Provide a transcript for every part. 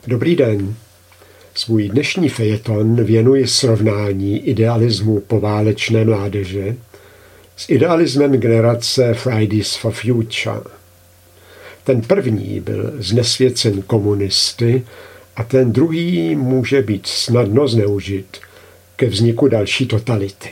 Dobrý den. Svůj dnešní fejeton věnuji srovnání idealismu poválečné mládeže s idealismem generace Fridays for Future. Ten první byl znesvěcen komunisty a ten druhý může být snadno zneužit ke vzniku další totality.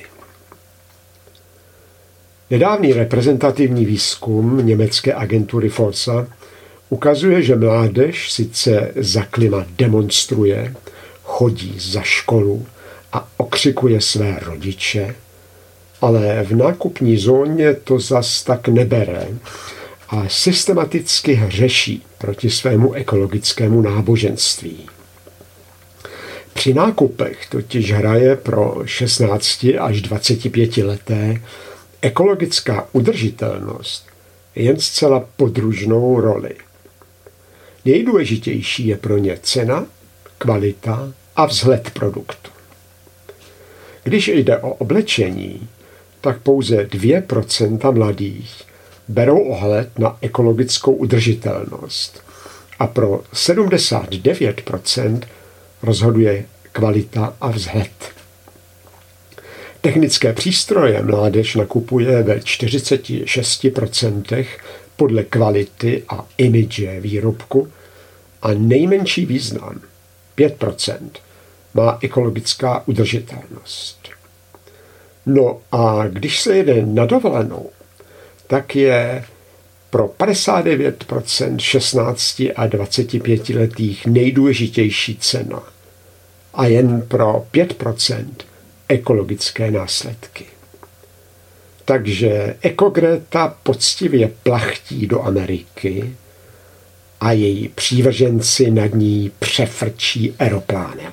Nedávný reprezentativní výzkum německé agentury Forsa ukazuje, že mládež sice za klima demonstruje, chodí za školu a okřikuje své rodiče, ale v nákupní zóně to zas tak nebere a systematicky hřeší proti svému ekologickému náboženství. Při nákupech totiž hraje pro 16 až 25 leté ekologická udržitelnost jen zcela podružnou roli. Nejdůležitější je pro ně cena, kvalita a vzhled produktu. Když jde o oblečení, tak pouze 2% mladých berou ohled na ekologickou udržitelnost a pro 79% rozhoduje kvalita a vzhled. Technické přístroje mládež nakupuje ve 46% podle kvality a imidže výrobku a nejmenší význam, 5%, má ekologická udržitelnost. No a když se jede na dovolenou, tak je pro 59% 16 a 25 letých nejdůležitější cena a jen pro 5% ekologické následky. Takže Ekogreta poctivě plachtí do Ameriky a její přívrženci nad ní přefrčí aeroplánem.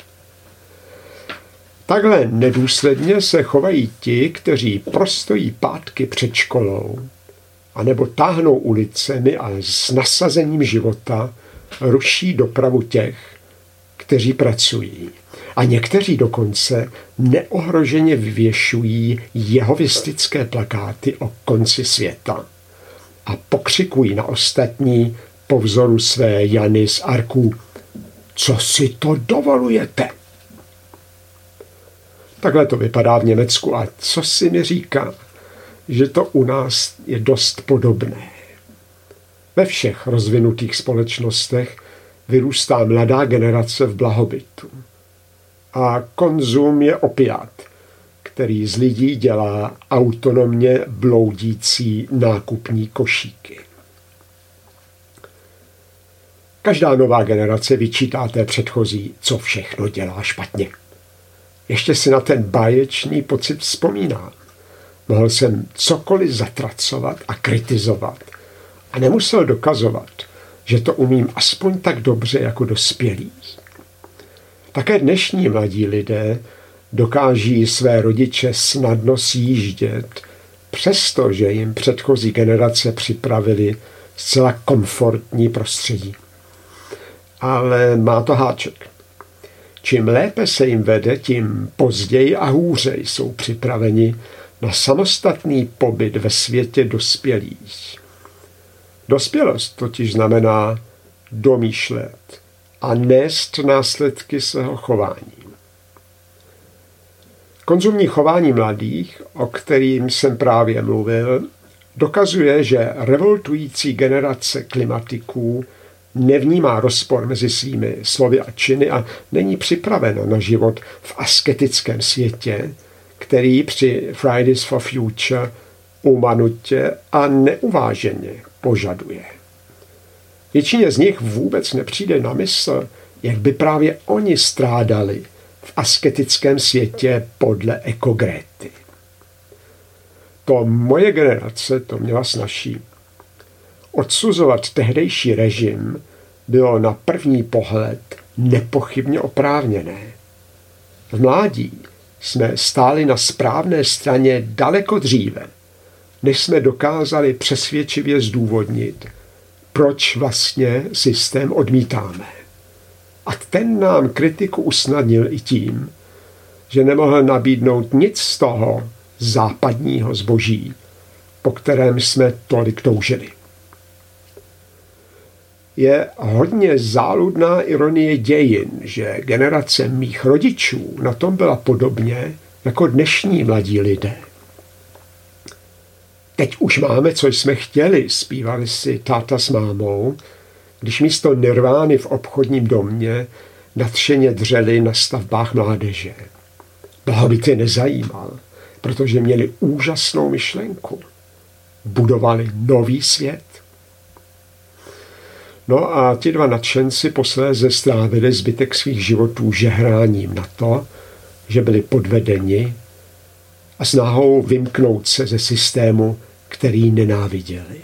Takhle nedůsledně se chovají ti, kteří prostojí pátky před školou anebo táhnou ulicemi a s nasazením života ruší dopravu těch, kteří pracují. A někteří dokonce neohroženě vyvěšují jehovistické plakáty o konci světa a pokřikují na ostatní po vzoru své Jany z Arků: co si to dovolujete? Takhle to vypadá v Německu a co si mi říká, že to u nás je dost podobné. Ve všech rozvinutých společnostech vyrůstá mladá generace v blahobytu. A konzum je opiát, který z lidí dělá autonomně bloudící nákupní košíky. Každá nová generace vyčítá té předchozí, co všechno dělá špatně. Ještě si na ten báječný pocit vzpomínám. Mohl jsem cokoliv zatracovat a kritizovat a nemusel dokazovat, že to umím aspoň tak dobře jako dospělí. Také dnešní mladí lidé dokáží své rodiče snadno sjíždět, přestože jim předchozí generace připravili zcela komfortní prostředí. Ale má to háček. Čím lépe se jim vede, tím později a hůře jsou připraveni na samostatný pobyt ve světě dospělých. Dospělost totiž znamená domýšlet a nést následky svého chování. Konzumní chování mladých, o kterým jsem právě mluvil, dokazuje, že revoltující generace klimatiků nevnímá rozpor mezi svými slovy a činy a není připravena na život v asketickém světě, který při Fridays for Future umanutě a neuváženě požaduje. Většině z nich vůbec nepřijde na mysl, jak by právě oni strádali v asketickém světě podle Ekogrety. To moje generace to měla snazší. Odsuzovat tehdejší režim bylo na první pohled nepochybně oprávněné. V mládí jsme stáli na správné straně daleko dříve, než jsme dokázali přesvědčivě zdůvodnit, proč vlastně systém odmítáme. A ten nám kritiku usnadnil i tím, že nemohl nabídnout nic z toho západního zboží, po kterém jsme tolik toužili. Je hodně záludná ironie dějin, že generace mých rodičů na tom byla podobně jako dnešní mladí lidé. Teď už máme, co jsme chtěli, zpívali si táta s mámou, když místo nirvány v obchodním domě nadšeně dřeli na stavbách mládeže. Blahobyt je nezajímal, protože měli úžasnou myšlenku. Budovali nový svět. No a ti dva nadšenci posléze strávili zbytek svých životů žehráním na to, že byli podvedeni a snahou vymknout se ze systému, který nenáviděli.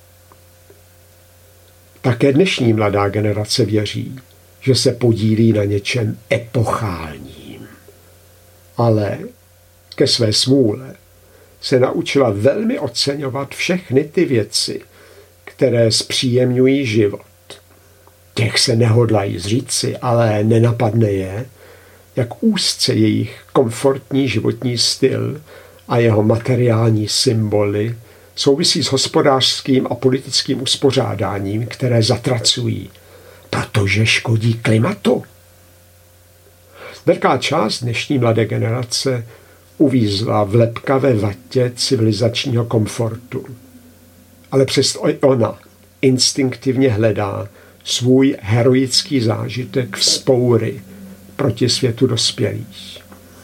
Také dnešní mladá generace věří, že se podílí na něčem epochálním. Ale ke své smůle se naučila velmi oceňovat všechny ty věci, které zpříjemňují život. Těch se nehodlají zříci, ale nenapadne je, jak úzce jejich komfortní životní styl a jeho materiální symboly souvisí s hospodářským a politickým uspořádáním, které zatracují, protože škodí klimatu. Velká část dnešní mladé generace uvízla v lepkavé vatě civilizačního komfortu. Ale přesto i ona instinktivně hledá svůj heroický zážitek vzpoury proti světu dospělých.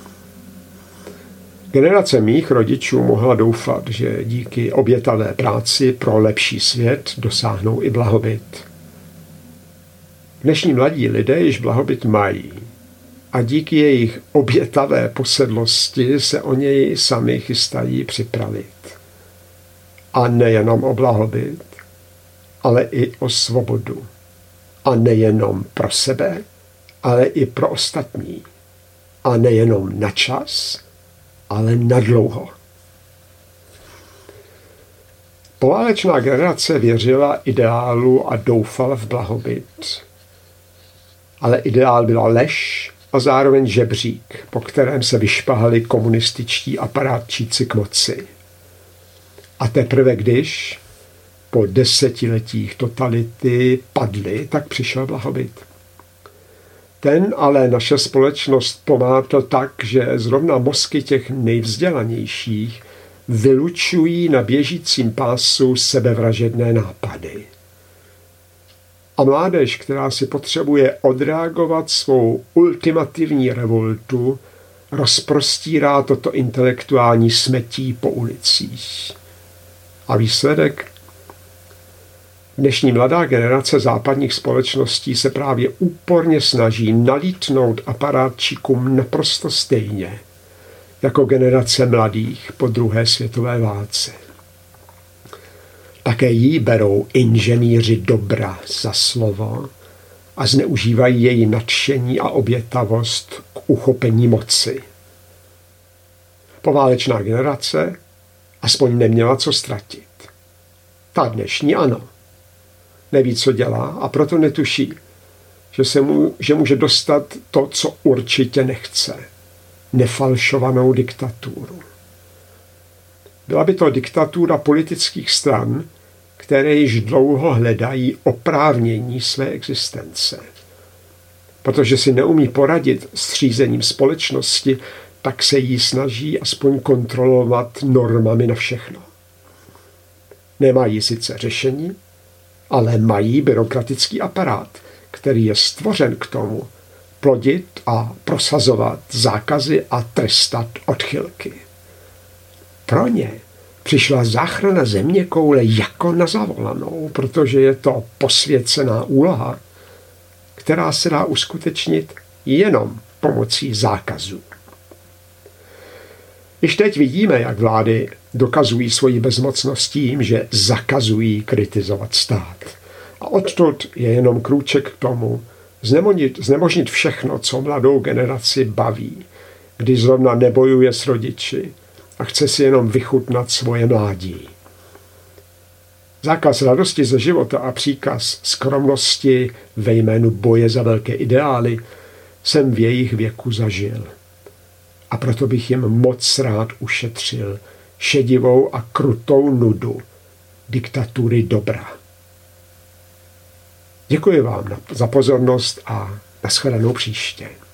Generace mých rodičů mohla doufat, že díky obětavé práci pro lepší svět dosáhnou i blahobyt. Dnešní mladí lidé již blahobyt mají a díky jejich obětavé posedlosti se o něj sami chystají připravit. A nejenom o blahobyt, ale i o svobodu. A nejenom pro sebe, ale i pro ostatní. A nejenom na čas, ale na dlouho. Poválečná generace věřila ideálu a doufala v blahobyt. Ale ideál byla lež a zároveň žebřík, po kterém se vyšpahali komunističtí aparátčíci k moci. A teprve když po desetiletích totality padly, tak přišel blahobyt. Ten ale naše společnost pomátl tak, že zrovna mozky těch nejvzdělanějších vylučují na běžícím pásu sebevražedné nápady. A mládež, která si potřebuje odreagovat svou ultimativní revoltu, rozprostírá toto intelektuální smetí po ulicích. A výsledek? Dnešní mladá generace západních společností se právě úporně snaží nalítnout aparátčíkům naprosto stejně, jako generace mladých po druhé světové válce. Také jí berou inženýři dobra za slovo a zneužívají její nadšení a obětavost k uchopení moci. Poválečná generace aspoň neměla co ztratit. Ta dnešní ano. Neví, co dělá a proto netuší, že může dostat to, co určitě nechce. Nefalšovanou diktaturu. Byla by to diktatura politických stran, které již dlouho hledají oprávnění své existence. Protože si neumí poradit s řízením společnosti, tak se jí snaží aspoň kontrolovat normami na všechno. Nemají sice řešení, ale mají byrokratický aparát, který je stvořen k tomu plodit a prosazovat zákazy a trestat odchylky. Pro ně přišla záchrana zeměkoule jako na zavolanou, protože je to posvěcená úloha, která se dá uskutečnit jenom pomocí zákazů. Již teď vidíme, jak vlády dokazují svoji bezmocnost tím, že zakazují kritizovat stát. A odtud je jenom krůček k tomu znemožnit všechno, co mladou generaci baví, když zrovna nebojuje s rodiči a chce si jenom vychutnat svoje mládí. Zákaz radosti ze života a příkaz skromnosti ve jménu boje za velké ideály jsem v jejich věku zažil. A proto bych jim moc rád ušetřil šedivou a krutou nudu diktatury dobra. Děkuji vám za pozornost a nashledanou příště.